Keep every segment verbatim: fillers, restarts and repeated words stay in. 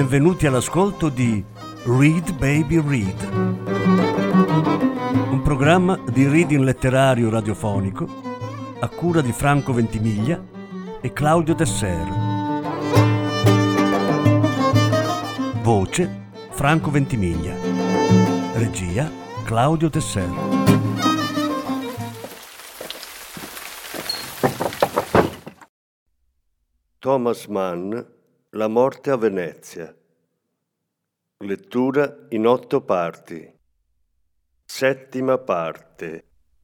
Benvenuti all'ascolto di Read Baby Read, un programma di reading letterario radiofonico a cura di Franco Ventimiglia e Claudio Desser. Voce Franco Ventimiglia. Regia Claudio Desser. Thomas Mann, La morte a Venezia. Lettura in otto parti. Settima parte.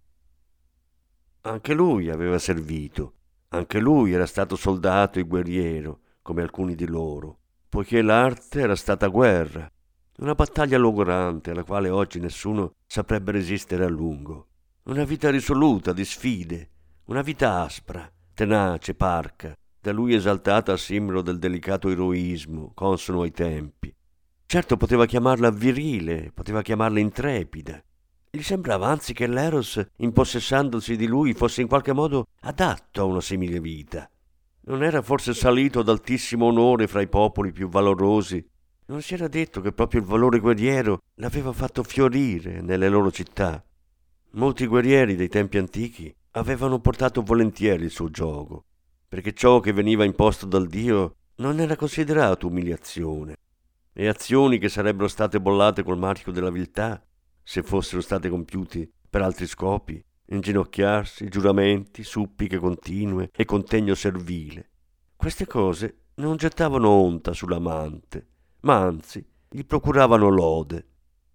Anche lui aveva servito, anche lui era stato soldato e guerriero, come alcuni di loro, poiché l'arte era stata guerra, una battaglia logorante alla quale oggi nessuno saprebbe resistere a lungo, una vita risoluta di sfide, una vita aspra, tenace, parca, da lui esaltata a simbolo del delicato eroismo consono ai tempi. Certo poteva chiamarla virile, poteva chiamarla intrepida. Gli sembrava anzi che l'Eros, impossessandosi di lui, fosse in qualche modo adatto a una simile vita. Non era forse salito ad altissimo onore fra i popoli più valorosi? Non si era detto che proprio il valore guerriero l'aveva fatto fiorire nelle loro città? Molti guerrieri dei tempi antichi avevano portato volentieri il suo giogo, perché ciò che veniva imposto dal Dio non era considerato umiliazione, e azioni che sarebbero state bollate col marchio della viltà, se fossero state compiuti per altri scopi, inginocchiarsi, giuramenti, suppliche continue e contegno servile. Queste cose non gettavano onta sull'amante, ma anzi gli procuravano lode.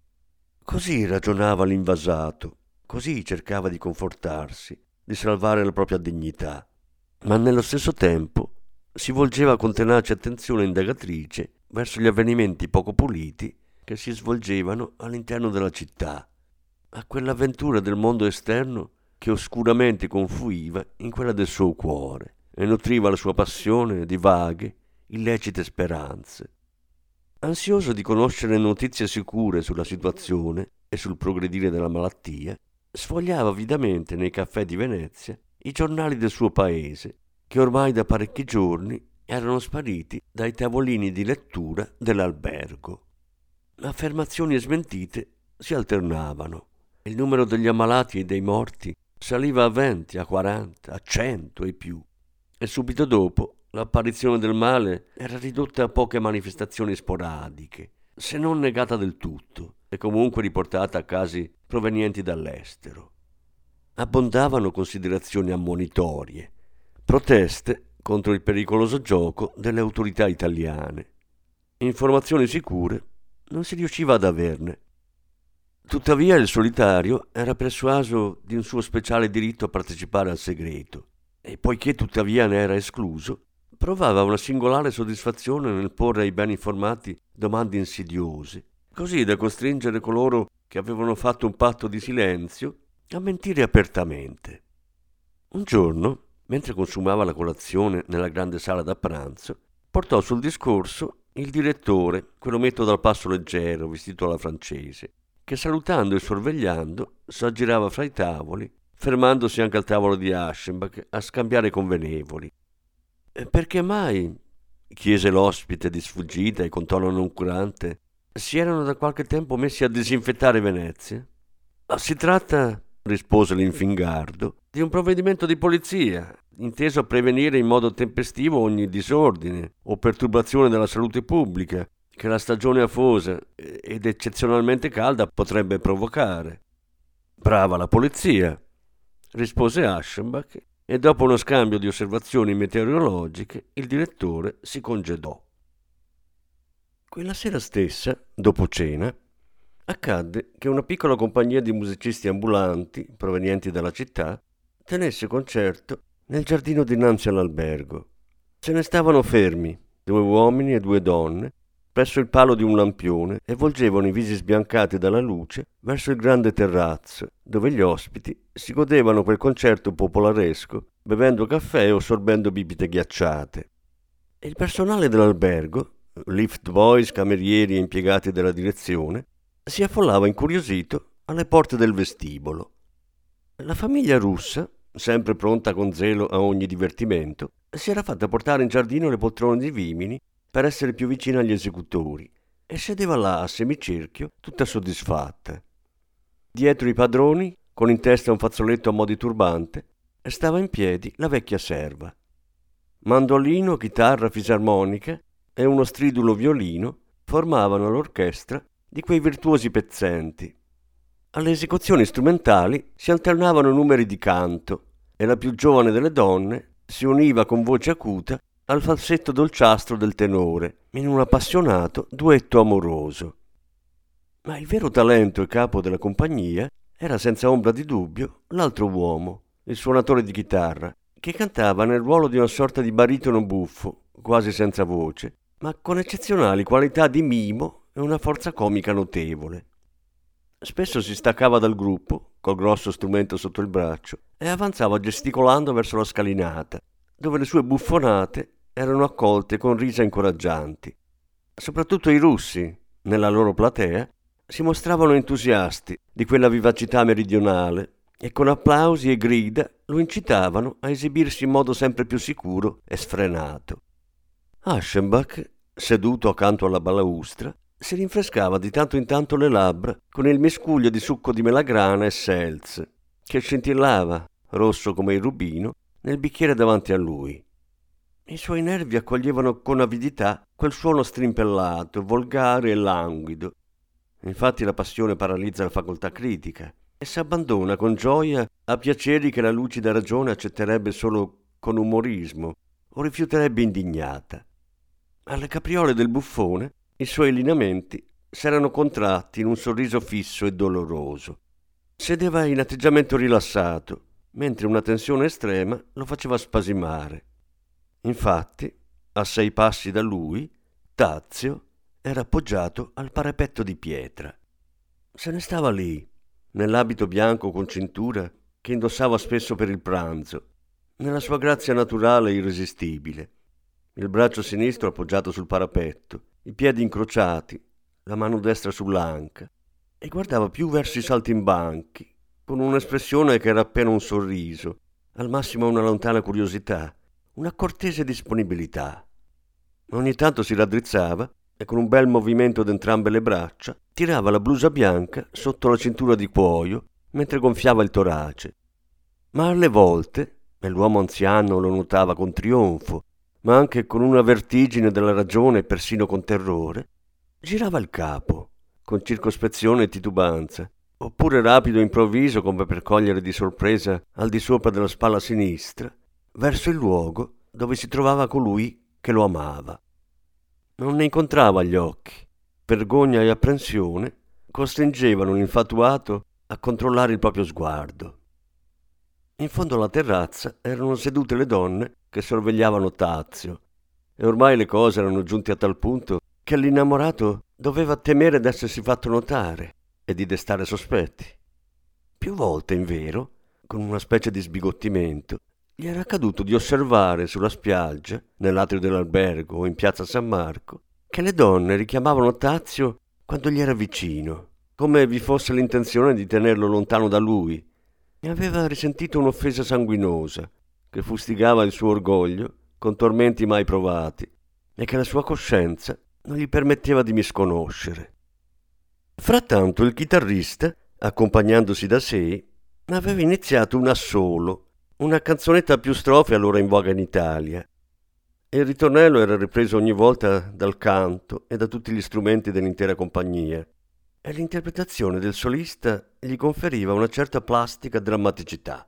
Così ragionava l'invasato, così cercava di confortarsi, di salvare la propria dignità. Ma nello stesso tempo si volgeva con tenace attenzione indagatrice verso gli avvenimenti poco puliti che si svolgevano all'interno della città, a quell'avventura del mondo esterno che oscuramente confluiva in quella del suo cuore e nutriva la sua passione di vaghe, illecite speranze. Ansioso di conoscere notizie sicure sulla situazione e sul progredire della malattia, sfogliava avidamente nei caffè di Venezia i giornali del suo paese, che ormai da parecchi giorni erano spariti dai tavolini di lettura dell'albergo. Affermazioni e smentite si alternavano. Il numero degli ammalati e dei morti saliva a venti, a quaranta, a cento e più. E subito dopo l'apparizione del male era ridotta a poche manifestazioni sporadiche, se non negata del tutto, e comunque riportata a casi provenienti dall'estero. Abbondavano considerazioni ammonitorie, proteste contro il pericoloso gioco delle autorità italiane. Informazioni sicure non si riusciva ad averne. Tuttavia il solitario era persuaso di un suo speciale diritto a partecipare al segreto e, poiché tuttavia ne era escluso, provava una singolare soddisfazione nel porre ai ben informati domande insidiose, così da costringere coloro che avevano fatto un patto di silenzio a mentire apertamente. Un giorno, mentre consumava la colazione nella grande sala da pranzo, portò sul discorso il direttore, quell'ometto dal passo leggero, vestito alla francese, che salutando e sorvegliando s'aggirava fra i tavoli, fermandosi anche al tavolo di Aschenbach a scambiare convenevoli. «Perché mai?» chiese l'ospite di sfuggita e con tono noncurante. «Si erano da qualche tempo messi a disinfettare Venezia?» «Si tratta», rispose l'infingardo, «di un provvedimento di polizia, inteso a prevenire in modo tempestivo ogni disordine o perturbazione della salute pubblica che la stagione afosa ed eccezionalmente calda potrebbe provocare». «Brava la polizia», rispose Aschenbach, e dopo uno scambio di osservazioni meteorologiche il direttore si congedò. Quella sera stessa, dopo cena, accadde che una piccola compagnia di musicisti ambulanti, provenienti dalla città, tenesse concerto nel giardino dinanzi all'albergo. Se ne stavano fermi, due uomini e due donne, presso il palo di un lampione e volgevano i visi sbiancati dalla luce verso il grande terrazzo, dove gli ospiti si godevano quel concerto popolaresco, bevendo caffè o sorbendo bibite ghiacciate. E il personale dell'albergo, lift boys, camerieri e impiegati della direzione, si affollava incuriosito alle porte del vestibolo. La famiglia russa, sempre pronta con zelo a ogni divertimento, si era fatta portare in giardino le poltrone di vimini per essere più vicina agli esecutori e sedeva là a semicerchio tutta soddisfatta. Dietro i padroni, con in testa un fazzoletto a mo' di turbante, stava in piedi la vecchia serva. Mandolino, chitarra fisarmonica e uno stridulo violino formavano l'orchestra di quei virtuosi pezzenti. Alle esecuzioni strumentali si alternavano numeri di canto e la più giovane delle donne si univa con voce acuta al falsetto dolciastro del tenore in un appassionato duetto amoroso. Ma il vero talento e capo della compagnia era senza ombra di dubbio l'altro uomo, il suonatore di chitarra, che cantava nel ruolo di una sorta di baritono buffo, quasi senza voce, ma con eccezionali qualità di mimo e una forza comica notevole. Spesso si staccava dal gruppo, col grosso strumento sotto il braccio, e avanzava gesticolando verso la scalinata, dove le sue buffonate erano accolte con risa incoraggianti. Soprattutto i russi, nella loro platea, si mostravano entusiasti di quella vivacità meridionale e con applausi e grida lo incitavano a esibirsi in modo sempre più sicuro e sfrenato. Aschenbach, seduto accanto alla balaustra, si rinfrescava di tanto in tanto le labbra con il miscuglio di succo di melagrana e seltz, che scintillava, rosso come il rubino, nel bicchiere davanti a lui. I suoi nervi accoglievano con avidità quel suono strimpellato, volgare e languido. Infatti la passione paralizza la facoltà critica e si abbandona con gioia a piaceri che la lucida ragione accetterebbe solo con umorismo o rifiuterebbe indignata. Alle capriole del buffone i suoi lineamenti s'erano contratti in un sorriso fisso e doloroso. Sedeva in atteggiamento rilassato, mentre una tensione estrema lo faceva spasimare. Infatti, a sei passi da lui, Tazio era appoggiato al parapetto di pietra. Se ne stava lì, nell'abito bianco con cintura che indossava spesso per il pranzo, nella sua grazia naturale e irresistibile, il braccio sinistro appoggiato sul parapetto, i piedi incrociati, la mano destra sull'anca, e guardava più verso i saltimbanchi, con un'espressione che era appena un sorriso, al massimo una lontana curiosità, una cortese disponibilità. Ogni tanto si raddrizzava e con un bel movimento d'entrambe le braccia tirava la blusa bianca sotto la cintura di cuoio mentre gonfiava il torace. Ma alle volte, e l'uomo anziano lo notava con trionfo, ma anche con una vertigine della ragione e persino con terrore, girava il capo, con circospezione e titubanza, oppure rapido e improvviso come per cogliere di sorpresa al di sopra della spalla sinistra, verso il luogo dove si trovava colui che lo amava. Non ne incontrava gli occhi. Vergogna e apprensione costringevano l'infatuato a controllare il proprio sguardo. In fondo alla terrazza erano sedute le donne che sorvegliavano Tazio, e ormai le cose erano giunte a tal punto che l'innamorato doveva temere d'essersi fatto notare e di destare sospetti. Più volte, invero, con una specie di sbigottimento, gli era accaduto di osservare sulla spiaggia, nell'atrio dell'albergo o in piazza San Marco, che le donne richiamavano Tazio quando gli era vicino, come vi fosse l'intenzione di tenerlo lontano da lui. Ne aveva risentito un'offesa sanguinosa che fustigava il suo orgoglio con tormenti mai provati e che la sua coscienza non gli permetteva di misconoscere. Frattanto il chitarrista, accompagnandosi da sé, aveva iniziato un assolo, una canzonetta a più strofe allora in voga in Italia, e il ritornello era ripreso ogni volta dal canto e da tutti gli strumenti dell'intera compagnia, e l'interpretazione del solista gli conferiva una certa plastica drammaticità.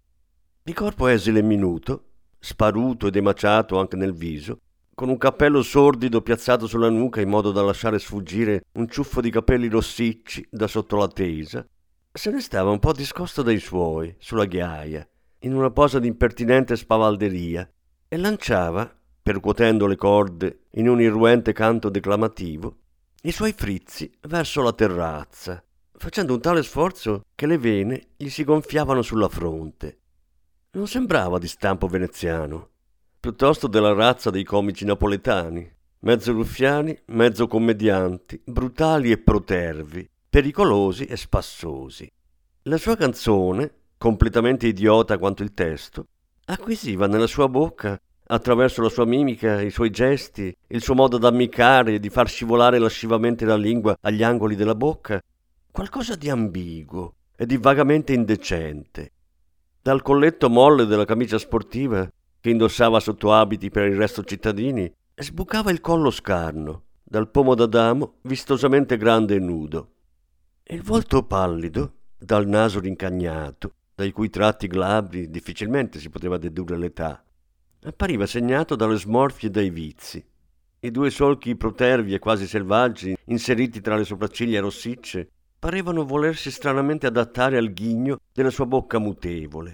Di corpo esile e minuto, sparuto ed emaciato anche nel viso, con un cappello sordido piazzato sulla nuca in modo da lasciare sfuggire un ciuffo di capelli rossicci da sotto la tesa, se ne stava un po' discosto dai suoi, sulla ghiaia, in una posa di impertinente spavalderia, e lanciava, percuotendo le corde in un irruente canto declamativo, i suoi frizzi verso la terrazza, facendo un tale sforzo che le vene gli si gonfiavano sulla fronte. Non sembrava di stampo veneziano, piuttosto della razza dei comici napoletani, mezzo ruffiani, mezzo commedianti, brutali e protervi, pericolosi e spassosi. La sua canzone, completamente idiota quanto il testo, acquisiva nella sua bocca attraverso la sua mimica, i suoi gesti, il suo modo d'ammiccare e di far scivolare lascivamente la lingua agli angoli della bocca, qualcosa di ambiguo e di vagamente indecente. Dal colletto molle della camicia sportiva, che indossava sotto abiti per il resto cittadini, sbucava il collo scarno, dal pomo d'Adamo vistosamente grande e nudo. Il volto pallido, dal naso rincagnato, dai cui tratti glabri difficilmente si poteva dedurre l'età, appariva segnato dalle smorfie e dai vizi. I due solchi protervi e quasi selvaggi, inseriti tra le sopracciglia rossicce, parevano volersi stranamente adattare al ghigno della sua bocca mutevole.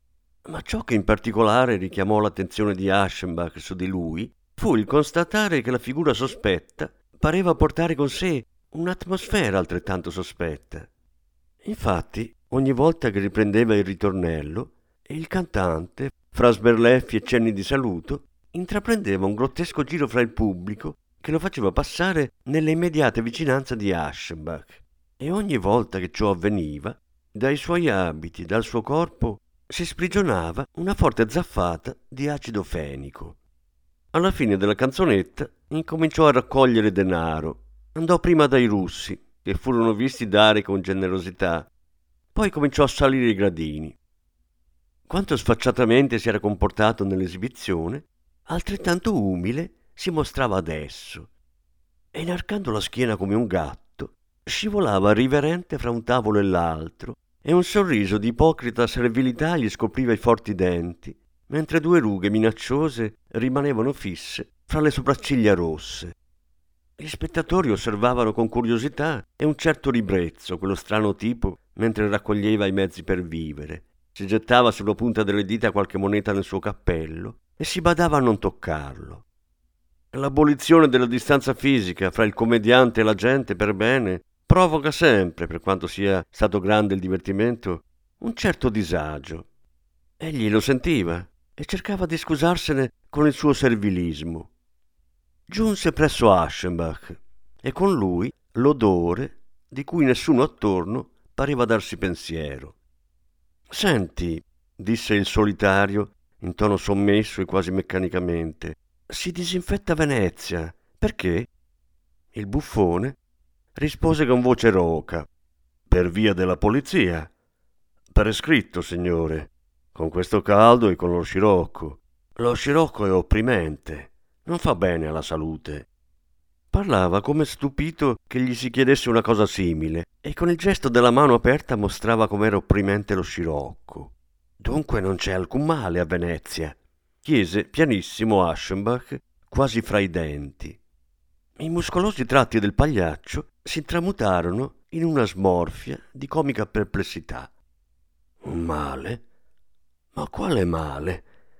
Ma ciò che in particolare richiamò l'attenzione di Aschenbach su di lui fu il constatare che la figura sospetta pareva portare con sé un'atmosfera altrettanto sospetta. Infatti, ogni volta che riprendeva il ritornello, il cantante, fra sberleffi e cenni di saluto, intraprendeva un grottesco giro fra il pubblico che lo faceva passare nelle immediate vicinanze di Aschenbach. E ogni volta che ciò avveniva, dai suoi abiti, dal suo corpo, si sprigionava una forte zaffata di acido fenico. Alla fine della canzonetta incominciò a raccogliere denaro. Andò prima dai russi, che furono visti dare con generosità. Poi cominciò a salire i gradini. Quanto sfacciatamente si era comportato nell'esibizione, altrettanto umile si mostrava adesso. E inarcando la schiena come un gatto, scivolava riverente fra un tavolo e l'altro, e un sorriso di ipocrita servilità gli scopriva i forti denti, mentre due rughe minacciose rimanevano fisse fra le sopracciglia rosse. Gli spettatori osservavano con curiosità e un certo ribrezzo quello strano tipo mentre raccoglieva i mezzi per vivere. Si gettava sulla punta delle dita qualche moneta nel suo cappello e si badava a non toccarlo. L'abolizione della distanza fisica fra il commediante e la gente per bene provoca sempre, per quanto sia stato grande il divertimento, un certo disagio. Egli lo sentiva e cercava di scusarsene con il suo servilismo. Giunse presso Aschenbach e con lui l'odore di cui nessuno attorno pareva darsi pensiero. «Senti», disse il solitario in tono sommesso e quasi meccanicamente, «si disinfetta Venezia. Perché?» Il buffone rispose con voce roca: «Per via della polizia. Prescritto, signore, con questo caldo e con lo scirocco. Lo scirocco è opprimente, non fa bene alla salute». Parlava come stupito che gli si chiedesse una cosa simile e con il gesto della mano aperta mostrava com'era opprimente lo scirocco. «Dunque non c'è alcun male a Venezia?» chiese pianissimo Aschenbach, quasi fra i denti. I muscolosi tratti del pagliaccio si tramutarono in una smorfia di comica perplessità. «Un male? Ma quale male?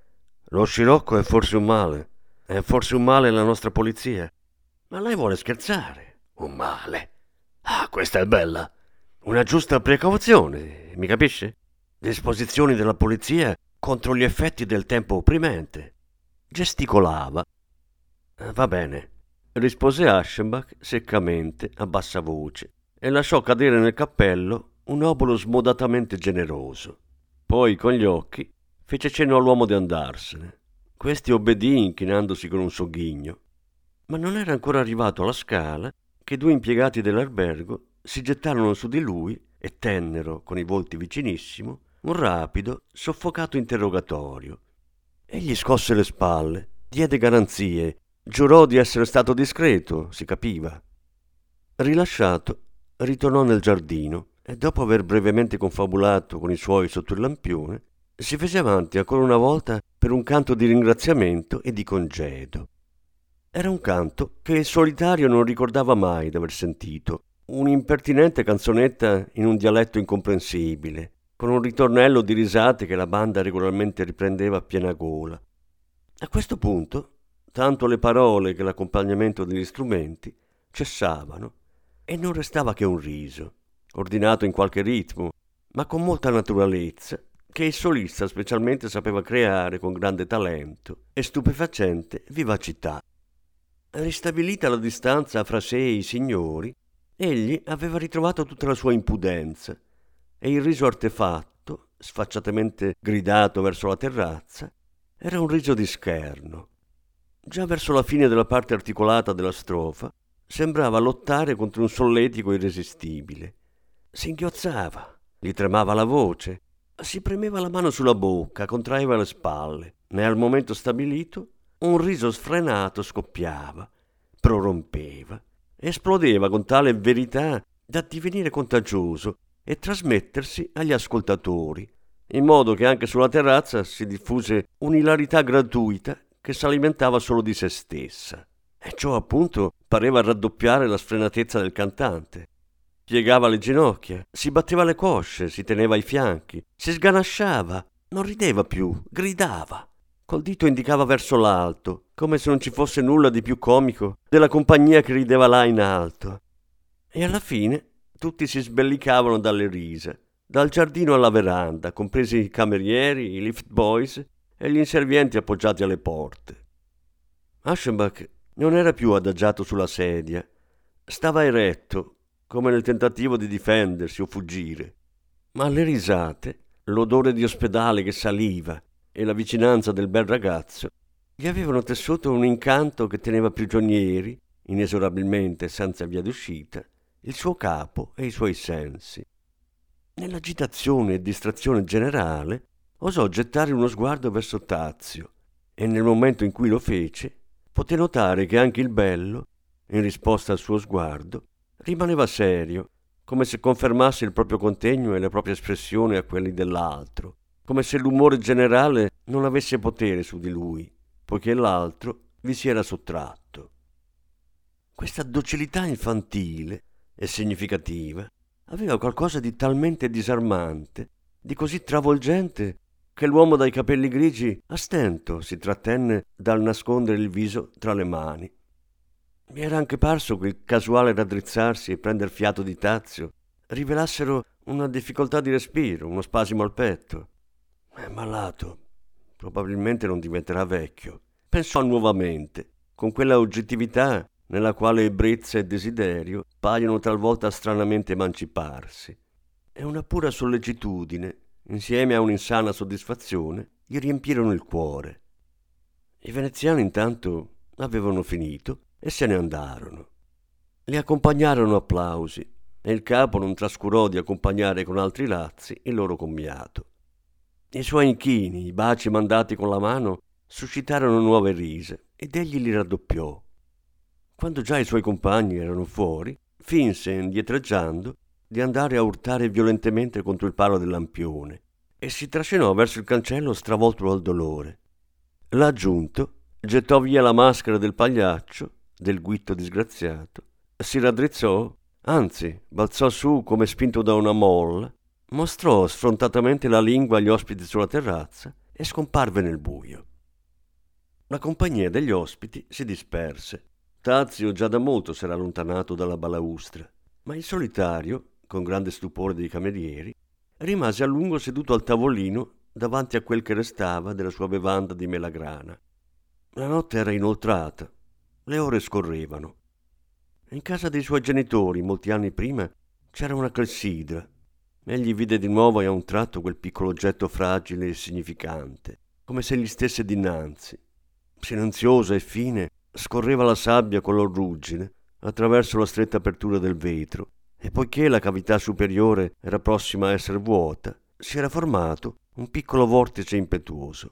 Lo scirocco è forse un male? È forse un male la nostra polizia? Ma lei vuole scherzare? Un male? Ah, questa è bella! Una giusta precauzione, mi capisce? Disposizioni della polizia contro gli effetti del tempo opprimente». Gesticolava. «Va bene», rispose Aschenbach seccamente, a bassa voce, e lasciò cadere nel cappello un obolo smodatamente generoso. Poi, con gli occhi, fece cenno all'uomo di andarsene. Questi obbedì inchinandosi con un sogghigno. Ma non era ancora arrivato alla scala che due impiegati dell'albergo si gettarono su di lui e tennero, con i volti vicinissimo, un rapido, soffocato interrogatorio. Egli scosse le spalle, diede garanzie, giurò di essere stato discreto, si capiva. Rilasciato, ritornò nel giardino e dopo aver brevemente confabulato con i suoi sotto il lampione, si fece avanti ancora una volta per un canto di ringraziamento e di congedo. Era un canto che il solitario non ricordava mai d'aver sentito, un'impertinente canzonetta in un dialetto incomprensibile, con un ritornello di risate che la banda regolarmente riprendeva a piena gola. A questo punto, tanto le parole che l'accompagnamento degli strumenti cessavano e non restava che un riso, ordinato in qualche ritmo, ma con molta naturalezza, che il solista specialmente sapeva creare con grande talento e stupefacente vivacità. Ristabilita la distanza fra sé e i signori, egli aveva ritrovato tutta la sua impudenza e il riso artefatto, sfacciatamente gridato verso la terrazza, era un riso di scherno. Già verso la fine della parte articolata della strofa sembrava lottare contro un solletico irresistibile. Singhiozzava, gli tremava la voce, si premeva la mano sulla bocca, contraeva le spalle, e al momento stabilito un riso sfrenato scoppiava, prorompeva, esplodeva con tale verità da divenire contagioso e trasmettersi agli ascoltatori, in modo che anche sulla terrazza si diffuse un'ilarità gratuita che s'alimentava solo di se stessa. E ciò appunto pareva raddoppiare la sfrenatezza del cantante. Piegava le ginocchia, si batteva le cosce, si teneva ai fianchi, si sganasciava, non rideva più, gridava. Col dito indicava verso l'alto, come se non ci fosse nulla di più comico della compagnia che rideva là in alto. E alla fine tutti si sbellicavano dalle risa, dal giardino alla veranda, compresi i camerieri, i lift boys e gli inservienti appoggiati alle porte. Aschenbach non era più adagiato sulla sedia, stava eretto, come nel tentativo di difendersi o fuggire, ma le risate, l'odore di ospedale che saliva e la vicinanza del bel ragazzo gli avevano tessuto un incanto che teneva prigionieri, inesorabilmente senza via d'uscita, il suo capo e i suoi sensi. Nell'agitazione e distrazione generale osò gettare uno sguardo verso Tazio e nel momento in cui lo fece poté notare che anche il bello, in risposta al suo sguardo, rimaneva serio, come se confermasse il proprio contegno e la propria espressione a quelli dell'altro, come se l'umore generale non avesse potere su di lui, poiché l'altro vi si era sottratto. Questa docilità infantile e significativa aveva qualcosa di talmente disarmante, di così travolgente, che l'uomo dai capelli grigi a stento si trattenne dal nascondere il viso tra le mani. Mi era anche parso che il casuale raddrizzarsi e prender fiato di Tazio rivelassero una difficoltà di respiro, uno spasimo al petto. È malato, probabilmente non diventerà vecchio, pensò nuovamente, con quella oggettività nella quale ebbrezza e desiderio paiono talvolta stranamente emanciparsi. E una pura sollecitudine, insieme a un'insana soddisfazione, gli riempirono il cuore. I veneziani intanto avevano finito e se ne andarono. Li accompagnarono applausi e il capo non trascurò di accompagnare con altri lazzi il loro commiato. I suoi inchini, i baci mandati con la mano, suscitarono nuove rise ed egli li raddoppiò. Quando già i suoi compagni erano fuori, finse, indietreggiando, di andare a urtare violentemente contro il palo del lampione e si trascinò verso il cancello stravolto dal dolore. Là giunto, gettò via la maschera del pagliaccio, del guitto disgraziato, si raddrizzò, anzi balzò su come spinto da una molla, mostrò sfrontatamente la lingua agli ospiti sulla terrazza e scomparve nel buio. La compagnia degli ospiti si disperse. Tazio già da molto s'era allontanato dalla balaustra, ma il solitario, con grande stupore dei camerieri, rimase a lungo seduto al tavolino davanti a quel che restava della sua bevanda di melagrana. La notte era inoltrata, le ore scorrevano. In casa dei suoi genitori, molti anni prima, c'era una clessidra. Egli vide di nuovo e a un tratto quel piccolo oggetto fragile e significante, come se gli stesse dinanzi. Silenziosa e fine, scorreva la sabbia color ruggine attraverso la stretta apertura del vetro e poiché la cavità superiore era prossima a essere vuota, si era formato un piccolo vortice impetuoso.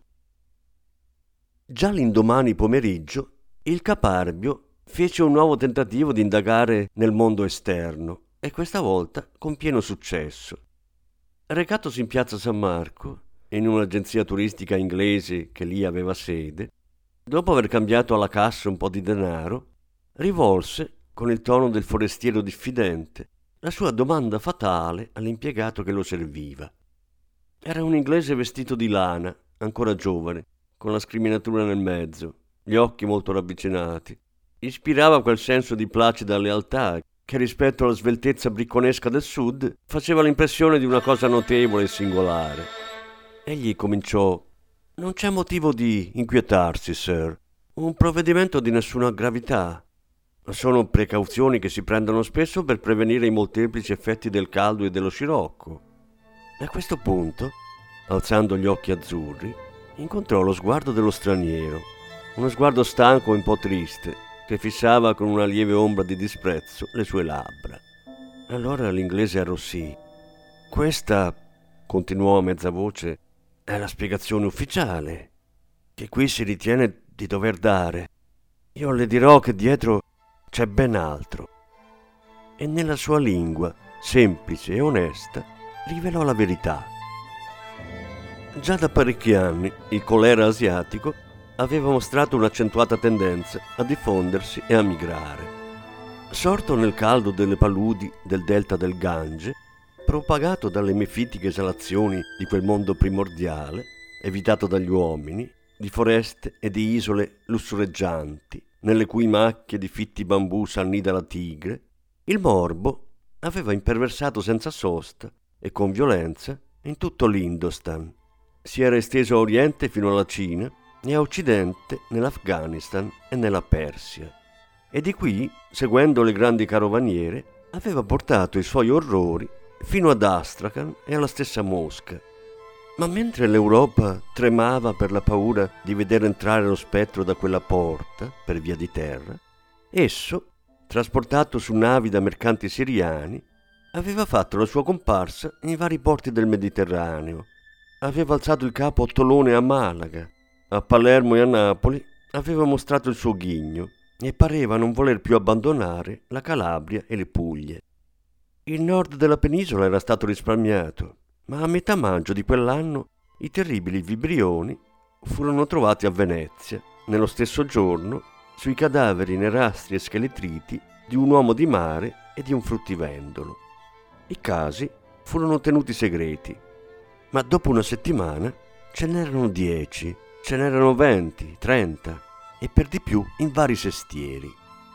Già l'indomani pomeriggio il caparbio fece un nuovo tentativo di indagare nel mondo esterno e questa volta con pieno successo. Recatosi in piazza San Marco, in un'agenzia turistica inglese che lì aveva sede, dopo aver cambiato alla cassa un po' di denaro, rivolse, con il tono del forestiero diffidente, la sua domanda fatale all'impiegato che lo serviva. Era un inglese vestito di lana, ancora giovane, con la scriminatura nel mezzo, gli occhi molto ravvicinati. Ispirava quel senso di placida lealtà che rispetto alla sveltezza bricconesca del sud faceva l'impressione di una cosa notevole e singolare. Egli cominciò: «Non c'è motivo di inquietarsi, sir. Un provvedimento di nessuna gravità. Sono precauzioni che si prendono spesso per prevenire i molteplici effetti del caldo e dello scirocco». A questo punto, alzando gli occhi azzurri, incontrò lo sguardo dello straniero, uno sguardo stanco e un po' triste, che fissava con una lieve ombra di disprezzo le sue labbra. Allora l'inglese arrossì. Questa, continuò a mezza voce, è la spiegazione ufficiale che qui si ritiene di dover dare. Io le dirò che dietro c'è ben altro. E nella sua lingua, semplice e onesta, rivelò la verità. Già da parecchi anni il colera asiatico aveva mostrato un'accentuata tendenza a diffondersi e a migrare. Sorto nel caldo delle paludi del delta del Gange, propagato dalle mefitiche esalazioni di quel mondo primordiale, evitato dagli uomini, di foreste e di isole lussureggianti, nelle cui macchie di fitti bambù s'annida la tigre, il morbo aveva imperversato senza sosta e con violenza in tutto l'Indostan. Si era esteso a oriente fino alla Cina e a occidente nell'Afghanistan e nella Persia. E di qui, seguendo le grandi carovaniere, aveva portato i suoi orrori fino ad Astrakhan e alla stessa Mosca. Ma mentre l'Europa tremava per la paura di vedere entrare lo spettro da quella porta, per via di terra, esso, trasportato su navi da mercanti siriani, aveva fatto la sua comparsa in vari porti del Mediterraneo. Aveva alzato il capo a Tolone e a Malaga, a Palermo e a Napoli aveva mostrato il suo ghigno e pareva non voler più abbandonare la Calabria e le Puglie. Il nord della penisola era stato risparmiato, ma a metà maggio di quell'anno i terribili vibrioni furono trovati a Venezia, nello stesso giorno, sui cadaveri nerastri e scheletriti di un uomo di mare e di un fruttivendolo. I casi furono tenuti segreti, ma dopo una settimana ce n'erano dieci, ce n'erano venti, trenta e per di più in vari sestieri.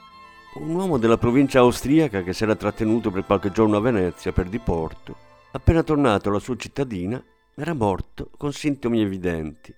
Un uomo della provincia austriaca che si era trattenuto per qualche giorno a Venezia per diporto, appena tornato alla sua cittadina, era morto con sintomi evidenti.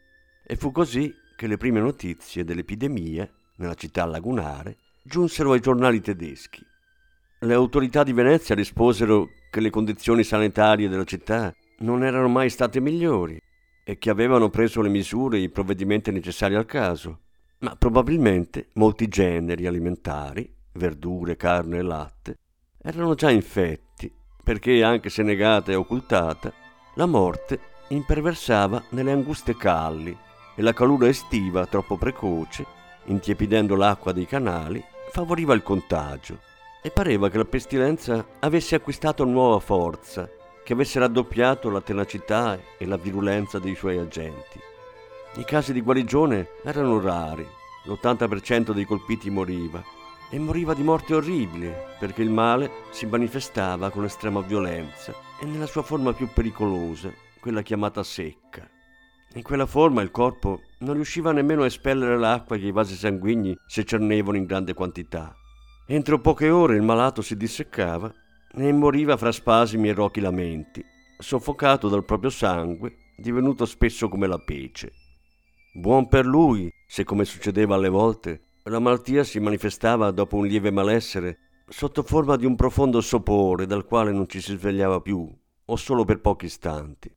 E fu così che le prime notizie dell'epidemia nella città lagunare giunsero ai giornali tedeschi. Le autorità di Venezia risposero che le condizioni sanitarie della città non erano mai state migliori e che avevano preso le misure e i provvedimenti necessari al caso, ma probabilmente molti generi alimentari, verdure, carne e latte, erano già infetti, perché anche se negata e occultata, la morte imperversava nelle anguste calli e la calura estiva troppo precoce, intiepidendo l'acqua dei canali, favoriva il contagio e pareva che la pestilenza avesse acquistato nuova forza, che avesse raddoppiato la tenacità e la virulenza dei suoi agenti. I casi di guarigione erano rari, l'ottanta per cento dei colpiti moriva, e moriva di morte orribile, perché il male si manifestava con estrema violenza e nella sua forma più pericolosa, quella chiamata secca. In quella forma il corpo non riusciva nemmeno a espellere l'acqua che i vasi sanguigni secernevano in grande quantità. Entro poche ore il malato si disseccava e moriva fra spasimi e rochi lamenti, soffocato dal proprio sangue, divenuto spesso come la pece. Buon per lui, se come succedeva alle volte, la malattia si manifestava dopo un lieve malessere sotto forma di un profondo sopore dal quale non ci si svegliava più, o solo per pochi istanti.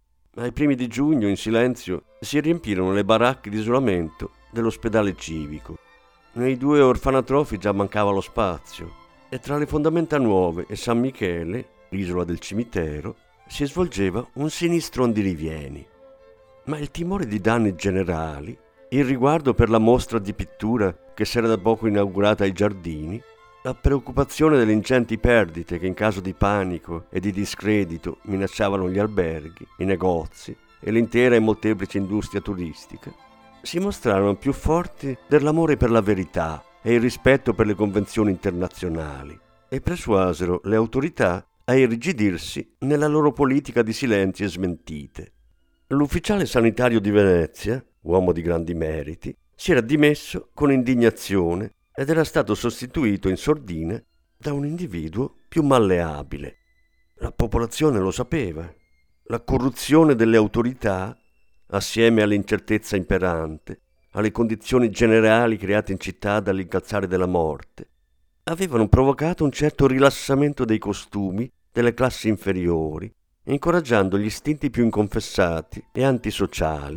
Ai primi di giugno, in silenzio, si riempirono le baracche di isolamento dell'ospedale civico. Nei due orfanatrofi già mancava lo spazio e tra le fondamenta nuove e San Michele, l'isola del cimitero, si svolgeva un sinistro andirivieni. Ma il timore di danni generali, il riguardo per la mostra di pittura che si era da poco inaugurata ai giardini, la preoccupazione delle ingenti perdite che in caso di panico e di discredito minacciavano gli alberghi, i negozi e l'intera e molteplice industria turistica, si mostrarono più forti dell'amore per la verità e il rispetto per le convenzioni internazionali e persuasero le autorità a irrigidirsi nella loro politica di silenzi e smentite. L'ufficiale sanitario di Venezia, uomo di grandi meriti, si era dimesso con indignazione ed era stato sostituito in sordina da un individuo più malleabile. La popolazione lo sapeva. La corruzione delle autorità, assieme all'incertezza imperante, alle condizioni generali create in città dall'incalzare della morte, avevano provocato un certo rilassamento dei costumi delle classi inferiori, incoraggiando gli istinti più inconfessati e antisociali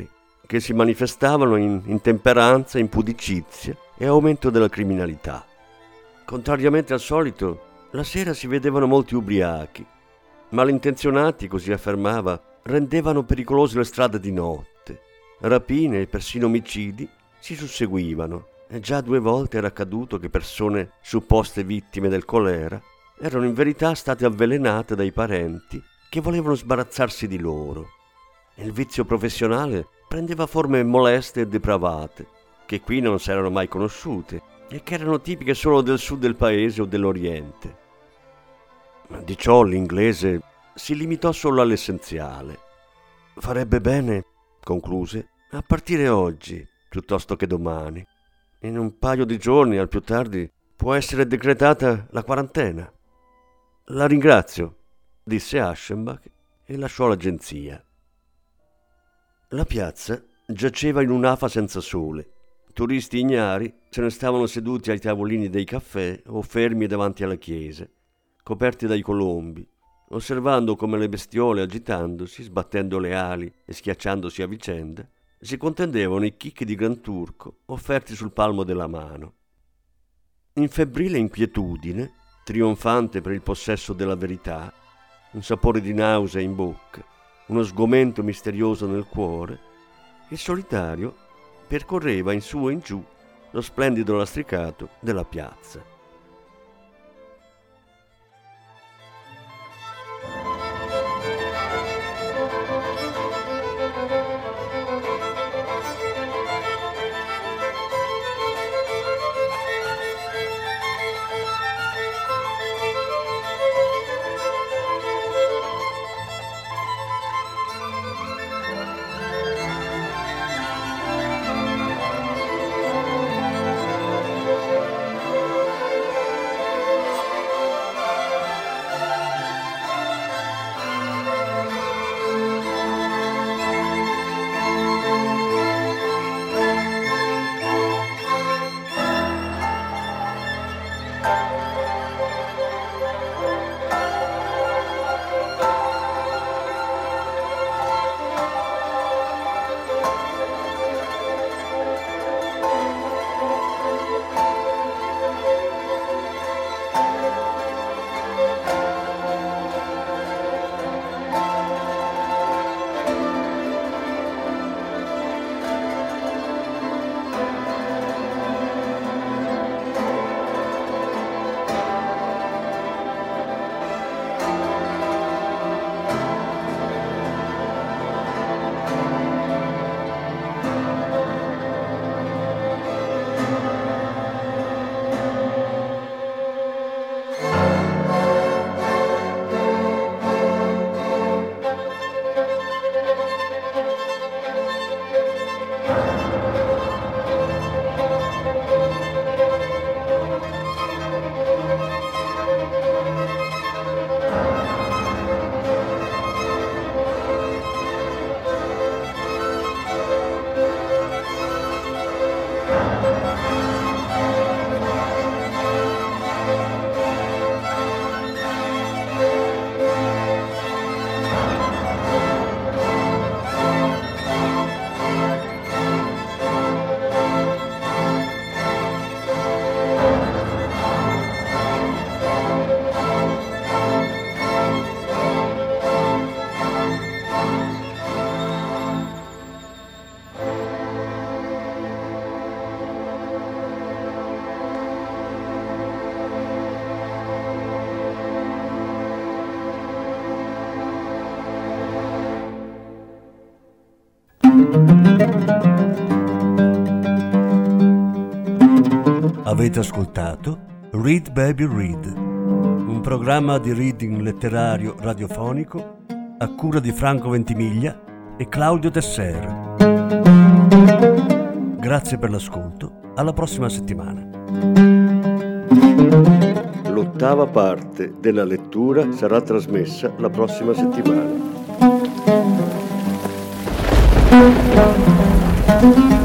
che si manifestavano in intemperanza, impudicizia e aumento della criminalità. Contrariamente al solito, la sera si vedevano molti ubriachi. Malintenzionati, così affermava, rendevano pericolose le strade di notte. Rapine e persino omicidi si susseguivano e già due volte era accaduto che persone supposte vittime del colera erano in verità state avvelenate dai parenti che volevano sbarazzarsi di loro. Il vizio professionale prendeva forme moleste e depravate, che qui non si erano mai conosciute e che erano tipiche solo del sud del paese o dell'Oriente. Ma di ciò l'inglese si limitò solo all'essenziale. Farebbe bene, concluse, a partire oggi piuttosto che domani. In un paio di giorni, al più tardi, può essere decretata la quarantena. La ringrazio, disse Aschenbach e lasciò l'agenzia. La piazza giaceva in un'afa senza sole. Turisti ignari se ne stavano seduti ai tavolini dei caffè o fermi davanti alla chiesa, coperti dai colombi, osservando come le bestiole, agitandosi, sbattendo le ali e schiacciandosi a vicenda, si contendevano i chicchi di Gran Turco offerti sul palmo della mano. In febbrile inquietudine, trionfante per il possesso della verità, un sapore di nausea in bocca, uno sgomento misterioso nel cuore, il solitario percorreva in su e in giù lo splendido lastricato della piazza. Avete ascoltato Read Baby Read, un programma di reading letterario radiofonico a cura di Franco Ventimiglia e Claudio Tesser. Grazie per l'ascolto, alla prossima settimana. L'ottava parte della lettura sarà trasmessa la prossima settimana.